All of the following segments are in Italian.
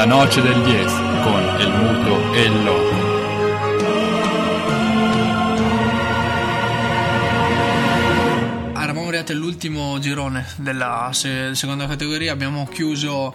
La noche del 10 con el muto e il loco. Eravamo arrivati all'ultimo girone della seconda categoria, abbiamo chiuso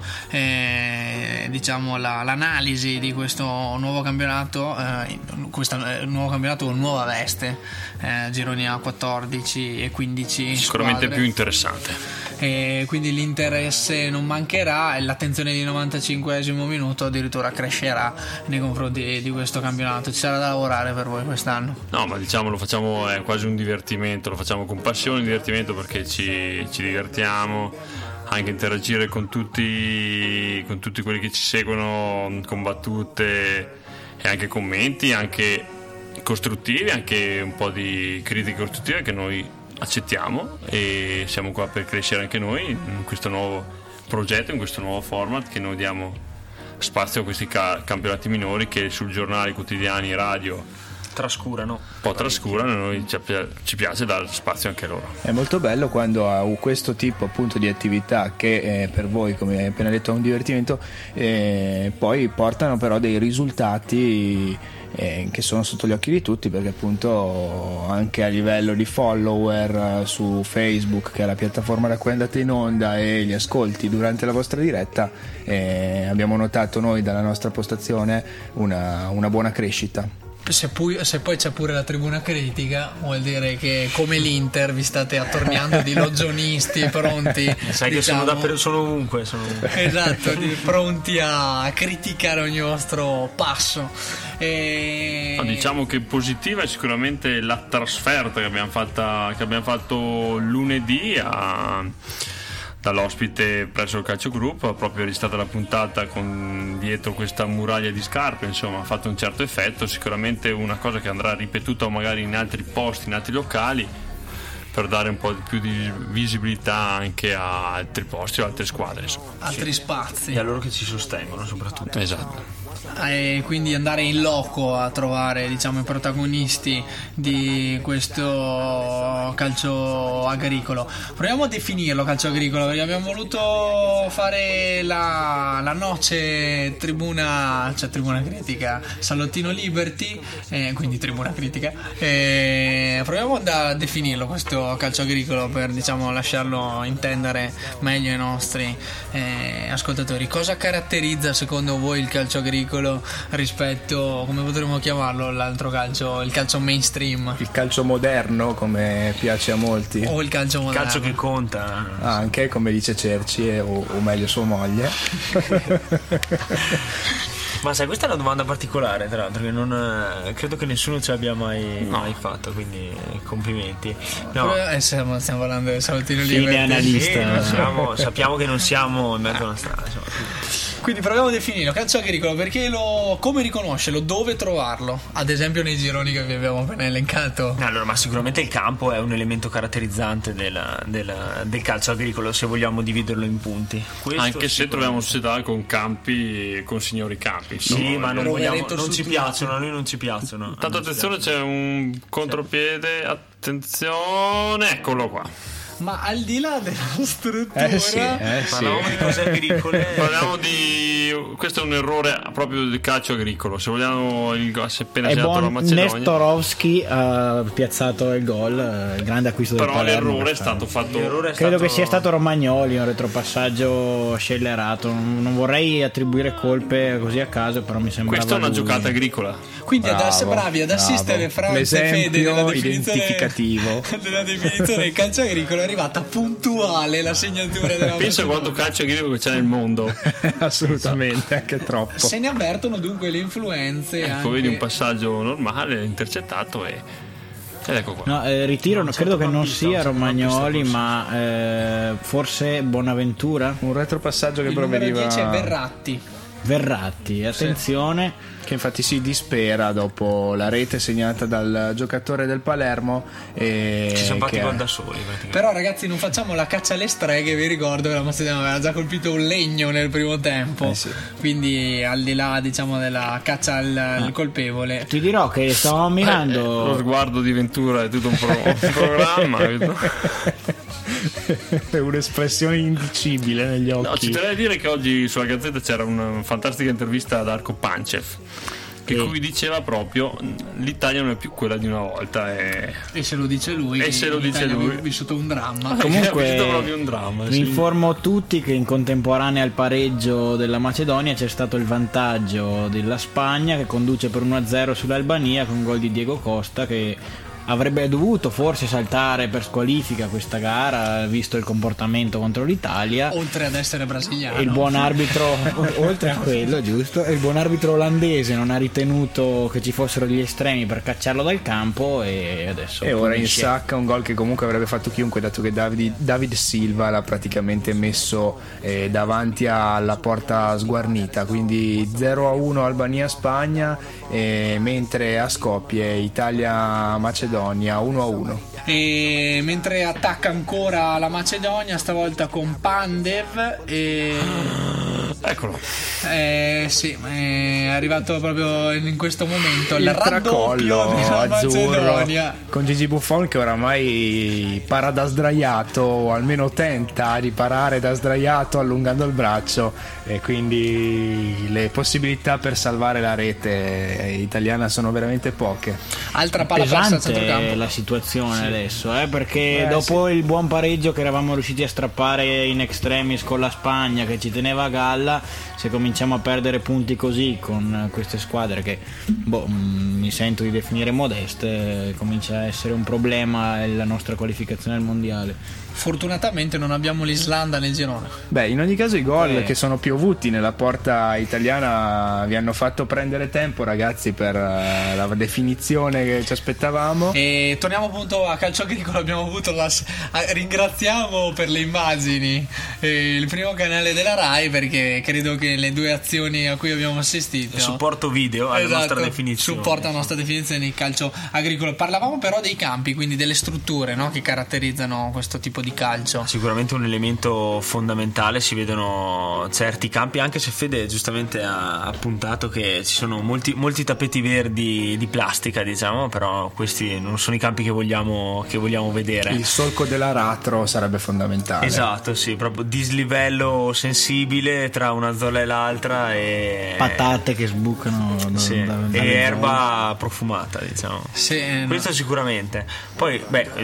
diciamo l'analisi di questo nuovo campionato, nuovo campionato con nuova veste, gironi a 14 e 15 sicuramente squadre. Più interessante. E quindi l'interesse non mancherà e l'attenzione di 95esimo minuto addirittura crescerà nei confronti di questo campionato. Ci sarà da lavorare per voi quest'anno. No, ma diciamo lo facciamo, è quasi un divertimento, lo facciamo con passione, un divertimento perché ci divertiamo anche interagire con tutti quelli che ci seguono, con battute e anche commenti anche costruttivi, anche un po' di critiche costruttive che noi accettiamo, e siamo qua per crescere anche noi in questo nuovo progetto, in questo nuovo format che noi diamo spazio a questi campionati minori che sul giornali, quotidiani, radio trascurano, noi ci piace dare spazio anche a loro. È molto bello quando ha questo tipo appunto di attività che per voi, come hai appena detto, è un divertimento, poi portano però dei risultati che sono sotto gli occhi di tutti, perché appunto anche a livello di follower su Facebook, che è la piattaforma da cui andate in onda, e gli ascolti durante la vostra diretta, abbiamo notato noi dalla nostra postazione una buona crescita. Se poi c'è pure la tribuna critica, vuol dire che come l'Inter vi state attorniando di logionisti pronti, sai, diciamo, che sono ovunque. Esatto, pronti a criticare ogni vostro passo. No, diciamo che positiva è sicuramente la trasferta che abbiamo fatto lunedì dall'ospite presso il Calcio Group. Proprio è stata la puntata con dietro questa muraglia di scarpe, insomma ha fatto un certo effetto, sicuramente una cosa che andrà ripetuta magari in altri posti, in altri locali, per dare un po' di più di visibilità anche a altri posti o altre squadre, insomma. Altri spazi e a loro che ci sostengono soprattutto. Esatto. E quindi andare in loco a trovare, diciamo, i protagonisti di questo calcio agricolo. Proviamo a definirlo calcio agricolo, perché abbiamo voluto fare la noce tribuna critica Salottino Liberty, quindi tribuna critica. Proviamo a definirlo questo calcio agricolo per, diciamo, lasciarlo intendere meglio ai nostri ascoltatori. Cosa caratterizza secondo voi il calcio agricolo rispetto, come potremmo chiamarlo, l'altro calcio, il calcio mainstream, il calcio moderno, come piace a molti, o il calcio moderno, calcio che conta anche, come dice Cerci, o meglio sua moglie. Ma sai, questa è una domanda particolare, tra l'altro, che non credo che nessuno ce l'abbia mai fatto, quindi complimenti. No, stiamo parlando del Salottino Fine Liberty. analista. Sappiamo che non siamo in mezzo a una strada, insomma. Quindi proviamo a definirlo calcio agricolo, perché come riconoscerlo, dove trovarlo, ad esempio nei gironi che vi abbiamo appena elencato. Allora, ma sicuramente il campo è un elemento caratterizzante del calcio agricolo, se vogliamo dividerlo in punti. Questo anche se troviamo società con campi, con signori campi, sì, ma non ci piacciono, a noi non ci piacciono. Tanto attenzione, c'è un contropiede, attenzione, eccolo qua. Ma al di là della struttura, parliamo di cose agricole. Questo è un errore proprio del calcio agricolo. Se vogliamo, se appena segnato la buon Macedonia, Nestorovski ha piazzato il gol, il grande acquisto del Palermo. Però l'errore è stato fatto. Credo che sia stato Romagnoli, un retropassaggio scellerato. Non vorrei attribuire colpe così a caso, però mi sembra. Questa è una giocata agricola. Quindi bravi ad assistere Franz e Fede nella identificativo della definizione del calcio agricolo. È arrivata puntuale la segnatura della pensa quanto calcio agricolo c'è nel mondo. Assolutamente, anche troppo. Se ne avvertono dunque le influenze, ecco, vedi un passaggio normale intercettato ed ecco qua. No, ritiro, credo che non sia Romagnoli, ma forse Bonaventura, un retropassaggio che il proveniva. Numero 10 è Verratti, attenzione, che infatti si dispera dopo la rete segnata dal giocatore del Palermo, e ci sono fatti gol da soli. Però ragazzi, non facciamo la caccia alle streghe, vi ricordo che la Macedonia aveva già colpito un legno nel primo tempo, sì. Quindi al di là, diciamo, della caccia al colpevole, ti dirò che stavamo mirando lo sguardo di Ventura è tutto un programma. È un'espressione indicibile negli occhi. No, ci terrei a dire che oggi sulla Gazzetta c'era una fantastica intervista ad Darko Pancev, che cui diceva proprio l'Italia non è più quella di una volta e se lo dice lui, ha vissuto un dramma. Comunque proprio un dramma, vi informo tutti che in contemporanea al pareggio della Macedonia c'è stato il vantaggio della Spagna, che conduce per 1-0 sull'Albania con un gol di Diego Costa, che avrebbe dovuto forse saltare per squalifica questa gara, visto il comportamento contro l'Italia, oltre ad essere brasiliano. E il buon arbitro oltre a quello, giusto, e il buon arbitro olandese non ha ritenuto che ci fossero gli estremi per cacciarlo dal campo, e adesso ora insacca un gol che comunque avrebbe fatto chiunque, dato che David Silva l'ha praticamente messo davanti alla porta sguarnita. Quindi 0-1 Albania-Spagna, mentre a Skopje Italia-Macedonia 1-1. E mentre attacca ancora la Macedonia, stavolta con Pandev, eccolo. Sì, è arrivato proprio in questo momento il tracollo della azzurro Macedonia, con Gigi Buffon che oramai para da sdraiato, o almeno tenta di parare da sdraiato allungando il braccio, e quindi le possibilità per salvare la rete italiana sono veramente poche. Altra palla persa al centrocampo. La situazione adesso, perché dopo il buon pareggio che eravamo riusciti a strappare in extremis con la Spagna, che ci teneva a galla, se cominciamo a perdere punti così con queste squadre che mi sento di definire modeste, comincia a essere un problema la nostra qualificazione al mondiale. Fortunatamente non abbiamo l'Islanda nel girone. In ogni caso i gol che sono piovuti nella porta italiana vi hanno fatto prendere tempo, ragazzi, per la definizione che ci aspettavamo. E torniamo appunto a calcio agricolo. Abbiamo avuto ringraziamo per le immagini il primo canale della Rai, perché credo che le due azioni a cui abbiamo assistito, supporto video alla nostra definizione, supporta la nostra definizione di calcio agricolo. Parlavamo però dei campi, quindi delle strutture, no, che caratterizzano questo tipo di calcio. Sicuramente un elemento fondamentale, si vedono certi campi, anche se Fede giustamente ha puntato che ci sono molti tappeti verdi di plastica, diciamo, però questi non sono i campi che vogliamo vedere. Il solco dell'aratro sarebbe fondamentale. Esatto, sì, proprio dislivello sensibile tra una zona e l'altra, e patate che sbucano e erba profumata, diciamo. Questo sicuramente. Poi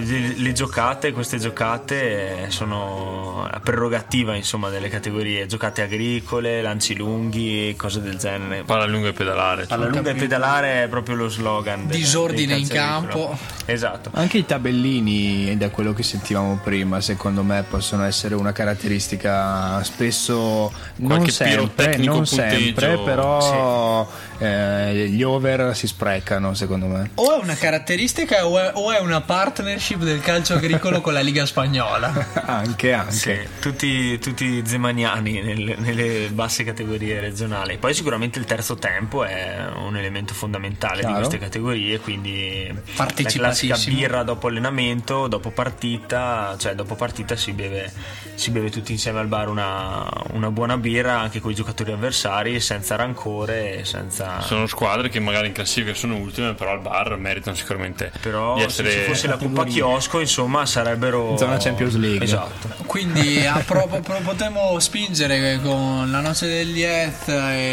queste giocate sono a prerogativa, insomma, delle categorie giocate agricole, lanci lunghi, cose del genere. Palla lunga e pedalare. Palla lunga e pedalare è proprio lo slogan. Disordine in campo. Esatto. Anche i tabellini, da quello che sentivamo prima, secondo me possono essere una caratteristica spesso non sempre, però gli over si sprecano, secondo me. O è una caratteristica o è una partnership del calcio agricolo con la Liga Spagnola. Anche. Sì, tutti zemaniani nelle basse categorie regionali. Poi sicuramente il terzo tempo è un elemento fondamentale di queste categorie, quindi la classica birra dopo allenamento, dopo partita si beve tutti insieme al bar una buona birra, anche con i giocatori avversari, senza rancore, Sono squadre che magari in classifica sono ultime, però al bar meritano sicuramente di essere. Se ci fosse la Coppa Chiosco, insomma, sarebbero zona Champions League. Esatto. Quindi potremmo spingere con la noce del Diez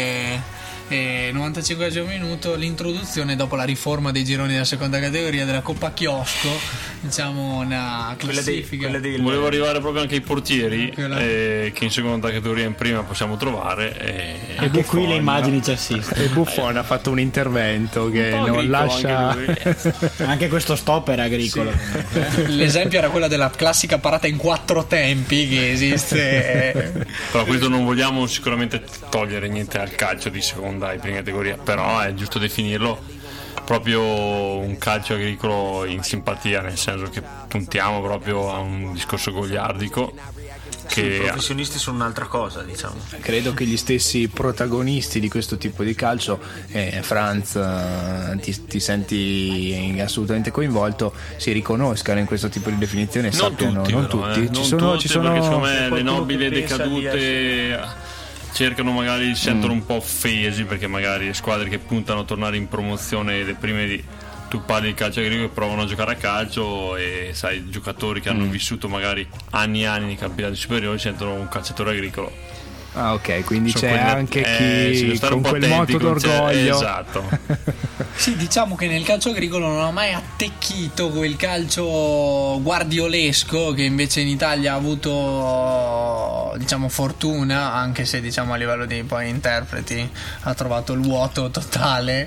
e 95 minuto l'introduzione, dopo la riforma dei gironi della seconda categoria, della Coppa Chiosco, diciamo una classifica. Volevo arrivare proprio anche ai portieri, che in seconda categoria in prima possiamo trovare, e Buffon, qui le immagini ci assistono. E Buffon ha fatto un intervento che non lascia anche questo stop era agricolo. L'esempio era quella della classica parata in 4 tempi che esiste. Però questo non vogliamo sicuramente togliere niente al calcio di seconda e prima categoria, però è giusto definirlo proprio un calcio agricolo in simpatia, nel senso che puntiamo proprio a un discorso goliardico. I professionisti sono un'altra cosa, diciamo. Credo che gli stessi protagonisti di questo tipo di calcio, Franz, ti senti assolutamente coinvolto, si riconoscano in questo tipo di definizione. Non tutti, ci sono perché secondo me le nobili decadute cercano, magari si sentono un po' offesi, perché magari le squadre che puntano a tornare in promozione le prime tu parli di calcio agricolo e provano a giocare a calcio, e sai, giocatori che hanno vissuto magari anni e anni nei campionati superiori sentono un calciatore agricolo. Ah, ok, quindi c'è anche chi con quel moto d'orgoglio. Esatto. Sì, diciamo che nel calcio agricolo non ha mai attecchito quel calcio guardiolesco che invece in Italia ha avuto, diciamo, fortuna, anche se diciamo a livello di poi interpreti ha trovato il vuoto totale,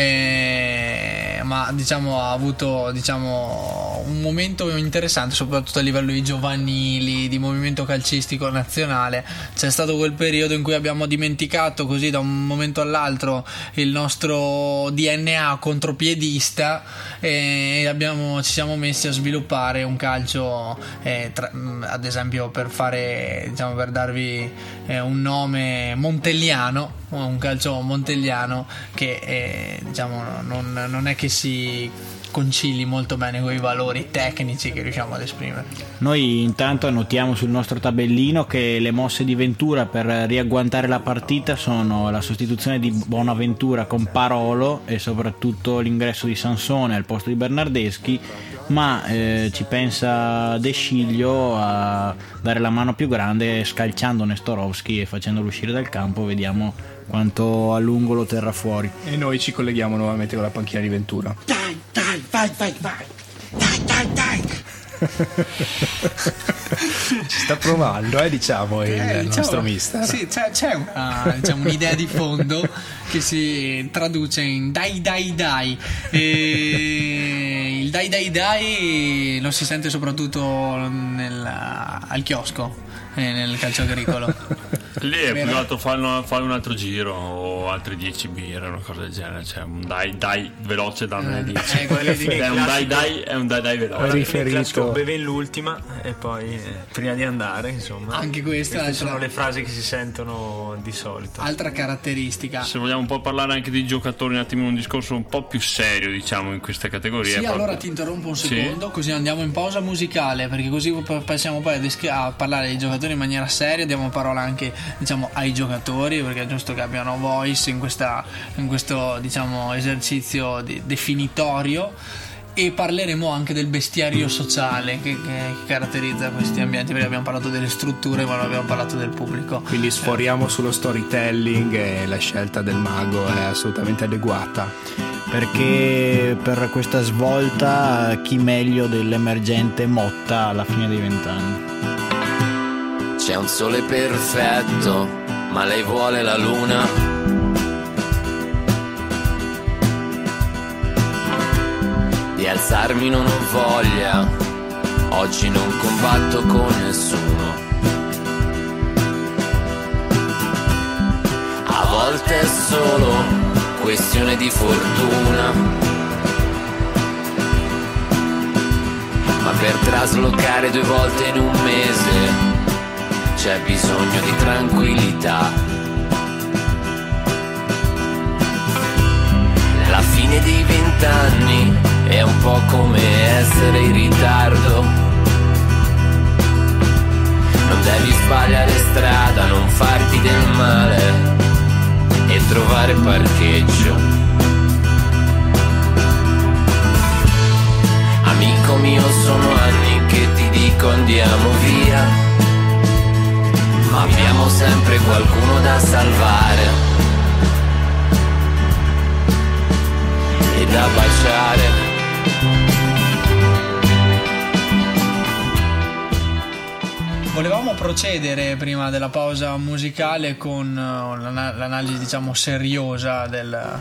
ma diciamo ha avuto, diciamo, un momento interessante soprattutto a livello di giovanili, di movimento calcistico nazionale. C'è stato quel periodo in cui abbiamo dimenticato così da un momento all'altro il nostro DNA contropiedista e ci siamo messi a sviluppare un calcio, ad esempio per darvi un nome, montelliano, un calcio montelliano che diciamo non è che si concili molto bene con i valori tecnici che riusciamo ad esprimere. Noi intanto annotiamo sul nostro tabellino che le mosse di Ventura per riagguantare la partita sono la sostituzione di Bonaventura con Parolo e soprattutto l'ingresso di Sansone al posto di Bernardeschi, ma ci pensa De Sciglio a dare la mano più grande scalciando Nestorovski e facendolo uscire dal campo. Vediamo quanto a lungo lo terrà fuori. E noi ci colleghiamo nuovamente con la panchina di Ventura. Dai, vai. Ci sta provando, diciamo, il nostro mister. Sì, c'è un'idea di fondo che si traduce in dai. E il dai lo si sente soprattutto al chiosco, nel calcio agricolo. Lì è più altro fare un altro giro o altre 10 birre, una cosa del genere, cioè un dai veloce da 10. È un dai veloce. Il classico beve l'ultima e poi prima di andare, insomma. Anche queste sono le frasi che si sentono di solito. Altra caratteristica. Se vogliamo un po' parlare anche di giocatori, un attimo, un discorso un po' più serio, diciamo, in queste categorie. Sì, allora ti interrompo un secondo, così andiamo in pausa musicale, perché così passiamo poi a parlare dei giocatori in maniera seria, diamo parola anche, diciamo, ai giocatori, perché è giusto che abbiano voice in questo diciamo esercizio definitorio, e parleremo anche del bestiario sociale che caratterizza questi ambienti, perché abbiamo parlato delle strutture ma non abbiamo parlato del pubblico. Quindi sforiamo sullo storytelling e la scelta del mago è assolutamente adeguata, perché per questa svolta chi meglio dell'emergente Motta alla fine dei 20 anni. C'è un sole perfetto, ma lei vuole la luna. Di alzarmi non ho voglia, oggi non combatto con nessuno. A volte è solo questione di fortuna, ma per traslocare 2 volte in un mese c'è bisogno di tranquillità. La fine dei 20 anni è un po' come essere in ritardo. Non devi sbagliare strada, non farti del male e trovare parcheggio. Amico mio, sono anni che ti dico andiamo via, ma abbiamo sempre qualcuno da salvare e da baciare. Volevamo procedere prima della pausa musicale con l'analisi, diciamo, seriosa del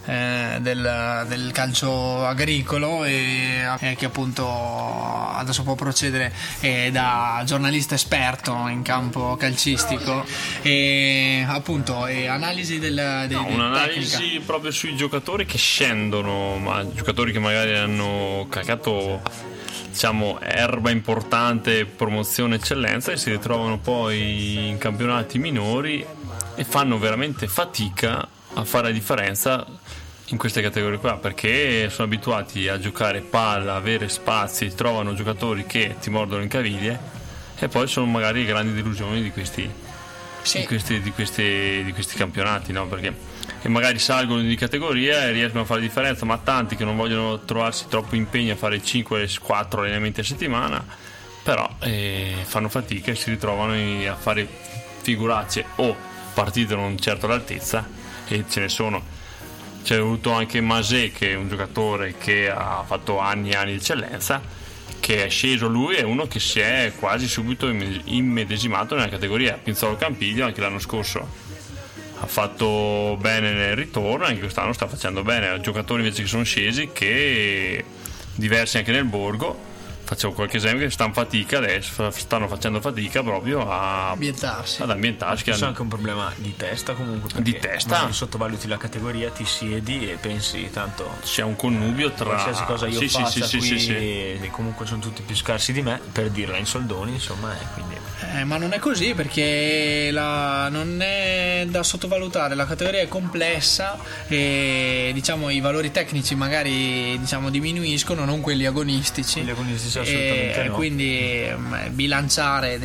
calcio agricolo, e che appunto adesso può procedere da giornalista esperto in campo calcistico, e appunto analisi un'analisi tecnica proprio sui giocatori che scendono, ma giocatori che magari hanno cagato, diciamo, erba importante, promozione, eccellenza, e si ritrovano poi in campionati minori e fanno veramente fatica a fare la differenza in queste categorie qua, perché sono abituati a giocare palla, avere spazi, trovano giocatori che ti mordono in caviglie, e poi sono magari grandi delusioni di questi sì. di questi campionati, no? Perché e magari salgono di categoria e riescono a fare la differenza, ma tanti che non vogliono trovarsi troppo impegno a fare 5-4 allenamenti a settimana, però fanno fatica e si ritrovano a fare figuracce o partite non certo all'altezza, e ce ne sono. C'è avuto anche Masé, che è un giocatore che ha fatto anni e anni di eccellenza, che è sceso. Lui è uno che si è quasi subito immedesimato nella categoria. Pinzolo Campiglio anche l'anno scorso ha fatto bene nel ritorno, anche quest'anno sta facendo bene. Giocatori invece che sono scesi, che diversi anche nel Borgo, facevo qualche esempio, che stanno facendo fatica proprio ad ambientarsi. C'è anche un problema di testa, comunque, di testa, sottovaluti la categoria, ti siedi e pensi tanto c'è un connubio tra qualsiasi cosa io faccia qui e comunque sono tutti più scarsi di me, per dirla in soldoni, insomma, quindi ma non è così, perché non è da sottovalutare, la categoria è complessa e diciamo i valori tecnici magari diminuiscono, non quelli agonistici. E no. Quindi bilanciare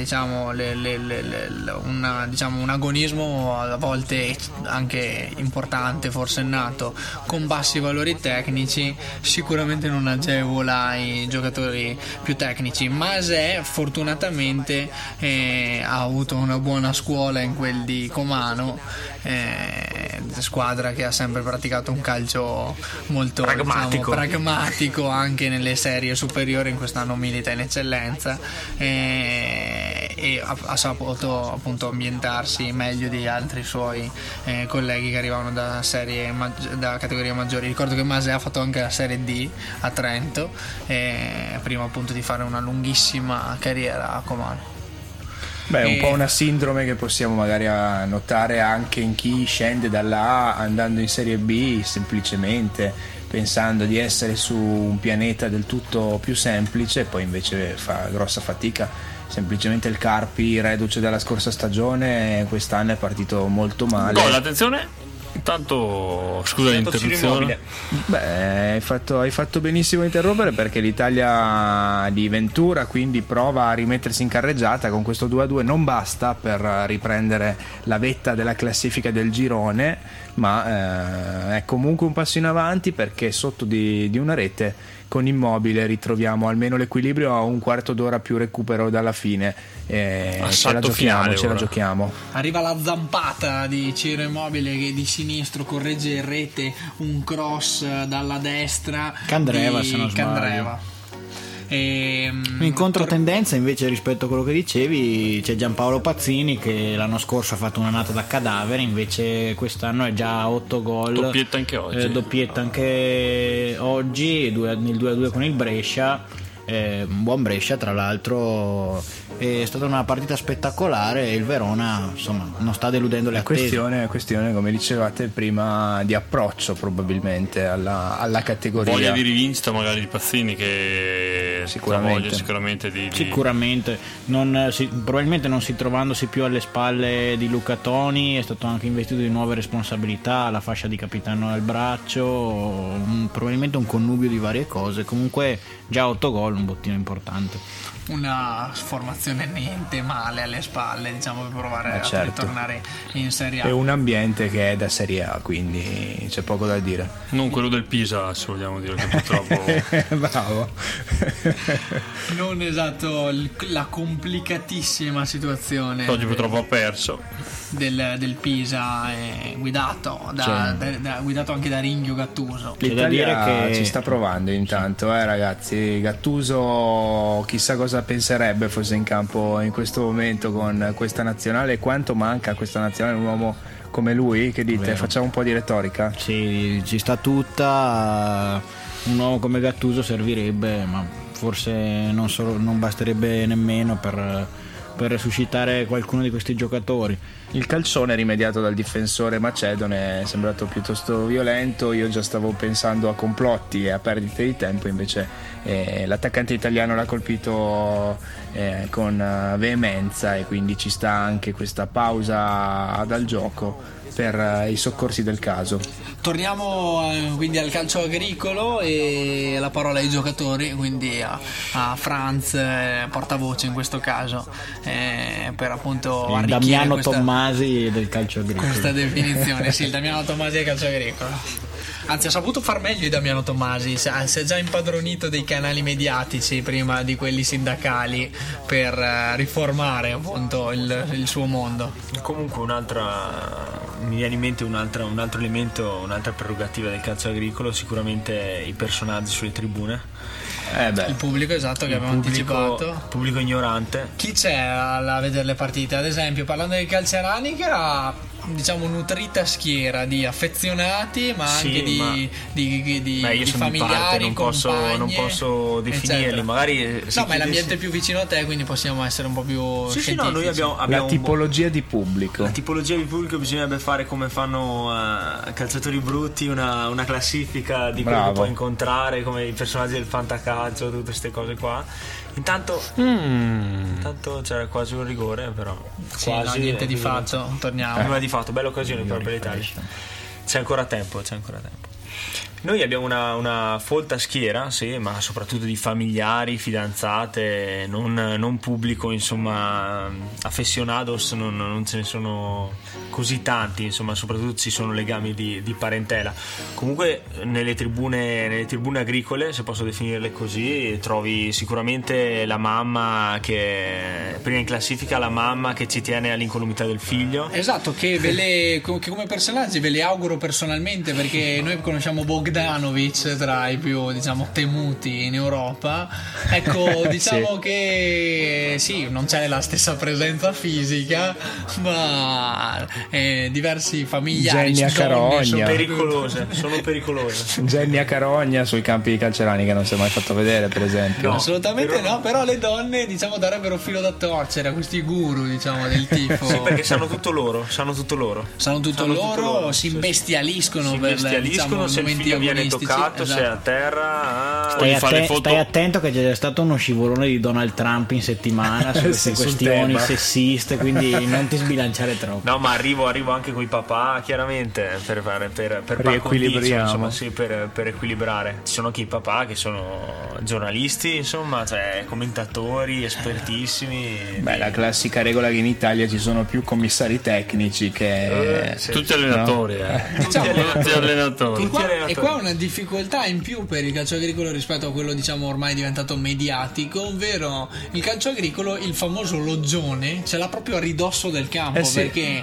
un agonismo a volte anche importante, forse nato, con bassi valori tecnici, sicuramente non agevola i giocatori più tecnici. Masé fortunatamente ha avuto una buona scuola in quel di Comano, squadra che ha sempre praticato un calcio molto pragmatico anche nelle serie superiori. In quest'anno milita in eccellenza e ha saputo appunto ambientarsi meglio di altri suoi colleghi che arrivavano da categorie maggiori. Ricordo che Masé ha fatto anche la Serie D a Trento prima appunto di fare una lunghissima carriera a Comano. Beh, è un po' una sindrome che possiamo magari notare anche in chi scende dalla A andando in Serie B semplicemente pensando di essere su un pianeta del tutto più semplice, poi invece fa grossa fatica. Semplicemente il Carpi, reduce dalla scorsa stagione, quest'anno è partito molto male. Gol, attenzione! Intanto, scusa l'interruzione. Beh, hai fatto benissimo a interrompere, perché l'Italia di Ventura quindi prova a rimettersi in carreggiata con questo 2-2. Non basta per riprendere la vetta della classifica del girone, ma è comunque un passo in avanti, perché sotto di una rete con Immobile ritroviamo almeno l'equilibrio a un quarto d'ora più recupero dalla fine. Ce la giochiamo. Arriva la zampata di Ciro Immobile che di sinistro corregge in rete un cross dalla destra. Candreva, se non sbaglio. In controtendenza invece rispetto a quello che dicevi c'è Giampaolo Pazzini, che l'anno scorso ha fatto un'annata da cadavere, invece quest'anno è già a 8 gol, doppietta anche oggi, il 2-2 con il Brescia, un buon Brescia tra l'altro. È stata una partita spettacolare e il Verona insomma non sta deludendo le attese. Questione come dicevate prima di approccio probabilmente alla categoria, voglia di rivincita magari di Pazzini, che sicuramente probabilmente non si trovandosi più alle spalle di Luca Toni, è stato anche investito di nuove responsabilità, la fascia di capitano al braccio, probabilmente un connubio di varie cose. Comunque già 8 gol, un bottino importante. Una formazione niente male alle spalle, diciamo, per provare a ritornare in Serie A. È un ambiente che è da Serie A, quindi c'è poco da dire. Non quello del Pisa, se vogliamo dire, che purtroppo bravo. Non esatto, la complicatissima situazione oggi purtroppo ha perso del Pisa, guidato anche da Ringhio Gattuso. L'Italia che ci sta provando intanto, ragazzi. Gattuso chissà cosa penserebbe fosse in campo in questo momento con questa nazionale, quanto manca a questa nazionale un uomo come lui. Che dite? Facciamo un po' di retorica? Sì, ci sta tutta. Un uomo come Gattuso servirebbe, ma forse non basterebbe nemmeno per resuscitare qualcuno di questi giocatori. Il calcione rimediato dal difensore macedone è sembrato piuttosto violento. Io già stavo pensando a complotti e a perdite di tempo, invece l'attaccante italiano l'ha colpito con veemenza, e quindi ci sta anche questa pausa dal gioco per i soccorsi del caso. Torniamo quindi al calcio agricolo e la parola ai giocatori, quindi a Franz, portavoce in questo caso, per appunto arricchire Damiano Tommasi del calcio agricolo. Questa definizione, sì, il Damiano Tommasi del calcio agricolo. Anzi, ha saputo far meglio di Damiano Tommasi, si è già impadronito dei canali mediatici prima di quelli sindacali per riformare appunto il suo mondo. Comunque mi viene in mente un altro elemento, un'altra prerogativa del calcio agricolo, sicuramente i personaggi sulle tribune. Il pubblico, esatto, che abbiamo anticipato. Il pubblico ignorante. Chi c'è a vedere le partite? Ad esempio, parlando del Calciaranica, diciamo nutrita schiera di affezionati, ma anche di familiari, non posso definirli, eccetera. Magari no, ma è l'ambiente più vicino a te, quindi possiamo essere un po' più scientifici. No, noi abbiamo la tipologia di pubblico. La tipologia di pubblico bisognerebbe fare come fanno calciatori brutti, una classifica di quello che puoi incontrare, come i personaggi del fantacalcio, tutte queste cose qua. Intanto c'era quasi un rigore, però quasi, niente di fatto. Torniamo. Prima di fatto, bella occasione per l'Italia. C'è ancora tempo. Noi abbiamo una folta schiera, sì, ma soprattutto di familiari, fidanzate, non pubblico, insomma, aficionados, non ce ne sono così tanti, insomma, soprattutto ci sono legami di parentela. Comunque nelle tribune agricole, se posso definirle così, trovi sicuramente la mamma che prima in classifica, la mamma che ci tiene all'incolumità del figlio. Esatto, che come personaggi ve le auguro personalmente, perché noi conosciamo Bogdanovic tra i più, diciamo, temuti in Europa. Ecco, diciamo che sì, non c'è la stessa presenza fisica, ma diversi familiari Genia Carogna sono pericolose. Genia Carogna sui campi di Calciaranica non si è mai fatto vedere, per esempio. No, assolutamente no, però le donne, diciamo, darebbero filo da torcere a questi guru, diciamo, del tifo. Sì, perché sanno tutto loro, si imbestialiscono per diciamo, se il figlio viene toccato, esatto. Se è a terra, stai attento che c'è stato uno scivolone di Donald Trump in settimana su queste questioni sessiste, quindi non ti sbilanciare troppo. No, ma arrivo anche con i papà, chiaramente, per riequilibriamo, insomma, sì, per equilibrare. Ci sono anche i papà che sono giornalisti, insomma, cioè commentatori espertissimi. La classica regola che in Italia ci sono più commissari tecnici che tutti allenatori, tutti allenatori. E qua una difficoltà in più per il calcio agricolo rispetto a quello, diciamo, ormai diventato mediatico, ovvero il calcio agricolo, il famoso loggione ce l'ha proprio a ridosso del campo, perché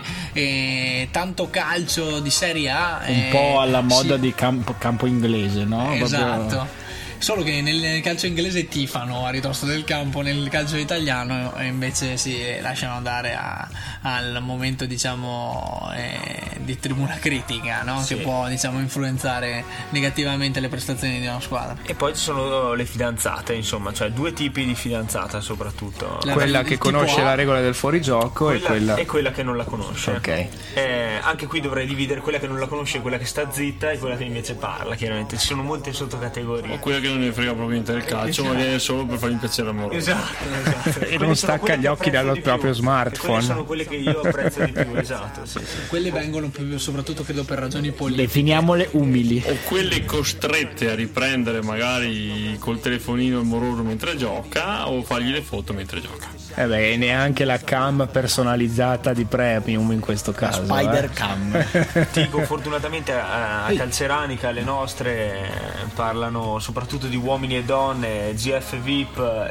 tanto calcio di Serie A un po' alla moda di campo inglese, no? Esatto. Proprio... Solo che nel calcio inglese tifano a ridosso del campo, nel calcio italiano invece si lasciano andare al momento, diciamo, di tribuna critica, no? Che può, diciamo, influenzare negativamente le prestazioni di una squadra. E poi ci sono le fidanzate, insomma, cioè due tipi di fidanzata soprattutto. Quella che conosce la regola del fuorigioco e quella che non la conosce. Ok. Anche qui dovrei dividere quella che non la conosce, quella che sta zitta e quella che invece parla, chiaramente. Ci sono molte sottocategorie. O quella che non ne frega proprio niente del calcio, ma viene solo per fargli piacere amoroso. Esatto. E non stacca gli occhi dal proprio smartphone. Quelle sono quelle che io apprezzo di più, esatto. Sì. Quelle vengono più, soprattutto credo per ragioni politiche. Definiamole umili. O quelle costrette a riprendere magari col telefonino il moroso mentre gioca, o fargli le foto mentre gioca. Neanche la cam personalizzata di premium in questo caso. Spider cam. Dico, fortunatamente a Calceranica le nostre parlano soprattutto di uomini e donne, GF VIP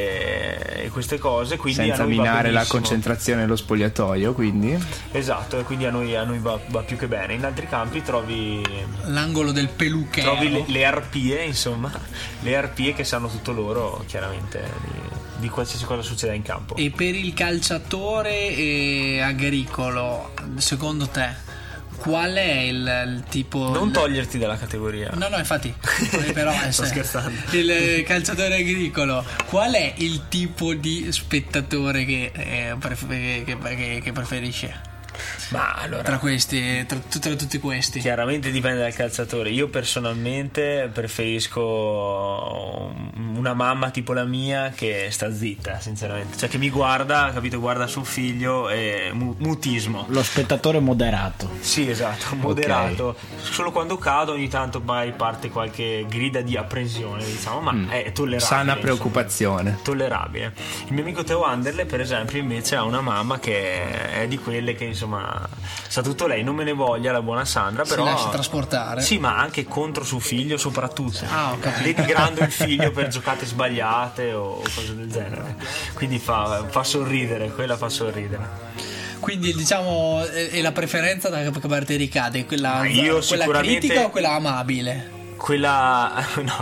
e queste cose, quindi senza minare la concentrazione e lo spogliatoio, quindi. Esatto, e quindi a noi va più che bene. In altri campi trovi l'angolo del peluchero, trovi le arpie, insomma, le arpie che sanno tutto loro, chiaramente, di qualsiasi cosa succeda in campo. E per il calciatore agricolo, secondo te, qual è il tipo? Non toglierti dalla categoria. No, infatti. Però sto scherzando. Il calciatore agricolo, qual è il tipo di spettatore che preferisce? Ma allora, tra tutti questi? Chiaramente dipende dal calciatore. Io personalmente preferisco una mamma tipo la mia che sta zitta, sinceramente, cioè che mi guarda, capito, guarda suo figlio, e mutismo. Lo spettatore moderato. Sì, esatto, moderato. Okay. Solo quando cado ogni tanto mai parte qualche grida di apprensione, diciamo, ma è tollerabile. Sana preoccupazione. Insomma, tollerabile. Il mio amico Teo Anderle, per esempio, invece ha una mamma che è di quelle che insomma sa tutto lei, non me ne voglia la buona Sandra, però si lascia trasportare. Sì, ma anche contro suo figlio soprattutto, okay. denigrando il figlio per giocate sbagliate o cose del genere, quindi fa sorridere, quella fa sorridere. Quindi diciamo è la preferenza da che parte ricade, quella critica o quella amabile? Quella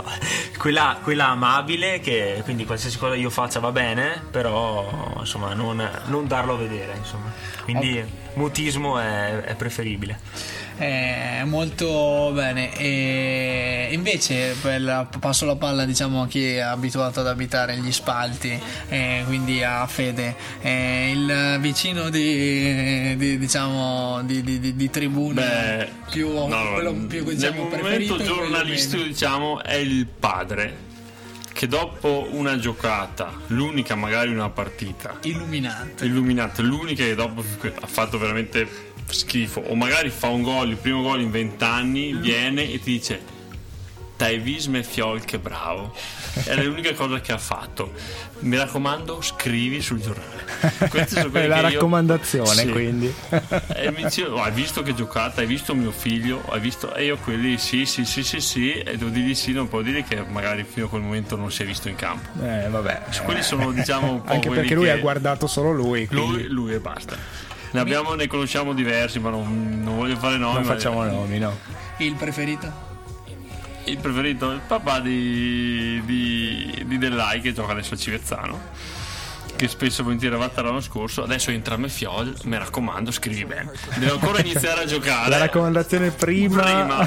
amabile, che quindi qualsiasi cosa io faccia va bene, però insomma non darlo a vedere, insomma. Quindi mutismo è preferibile. Molto bene. E invece passo la palla, diciamo, a chi è abituato ad abitare gli spalti, quindi a Fede, il vicino di tribuna. Quello più, diciamo, nel momento giornalistico, diciamo, è il padre che dopo una giocata, l'unica, magari una partita illuminante, l'unica che dopo ha fatto veramente schifo, o magari fa un gol, il primo gol in 20 anni, viene e ti dice: t'hai visto me fiol che bravo. È l'unica cosa che ha fatto. Mi raccomando, scrivi sul giornale. Queste sono è la raccomandazione, sì. Quindi e mi dice: hai visto che giocata, hai visto mio figlio, hai visto? E io quelli sì, e devo dirgli sì, non può dire che magari fino a quel momento non si è visto in campo. Vabbè. Quelli sono, diciamo, un po' anche perché lui ha guardato solo lui e basta. Ne conosciamo diversi, ma non voglio fare nomi. Non facciamo nomi, no. Il preferito? Il preferito? Il papà di Dell'Ai, che gioca adesso a Civezzano, che spesso volentieri eravate l'anno scorso. Adesso entra Mefiol, mi raccomando, scrivi bene. Devo ancora iniziare a giocare. La raccomandazione prima.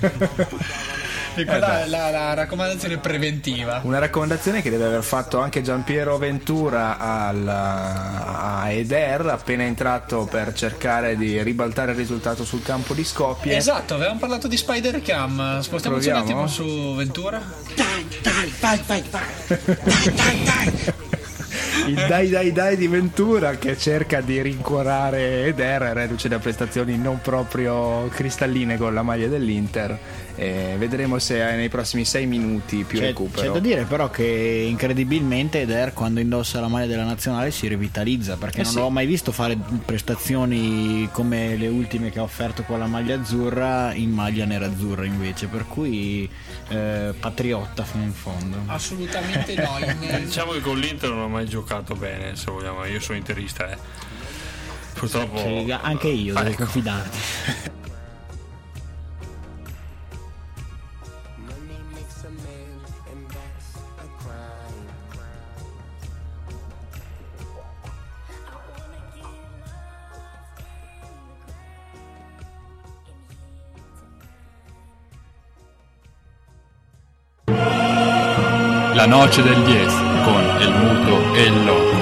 E quella è la raccomandazione preventiva. Una raccomandazione che deve aver fatto anche Giampiero Ventura a Eder, appena entrato per cercare di ribaltare il risultato sul campo di Skopje. Esatto, avevamo parlato di Spider Cam. Spostiamoci un attimo su Ventura. Dai. Il dai di Ventura, che cerca di rincuorare Eder, reduce da prestazioni non proprio cristalline con la maglia dell'Inter. Vedremo se nei prossimi 6 minuti più recupero. C'è da dire però che incredibilmente Eder, quando indossa la maglia della nazionale, si rivitalizza, perché non l'ho mai visto fare prestazioni come le ultime che ha offerto con la maglia azzurra in maglia nerazzurra invece, per cui patriotta fino in fondo. Assolutamente no. Diciamo che con l'Inter non ho mai giocato bene, se vogliamo. Io sono interista, purtroppo anche io devo confidarti. La noche del 10 con el muto e el loco.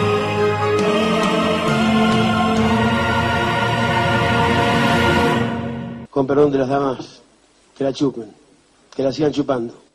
Con perdón de las damas, que la chupen, que la sigan chupando.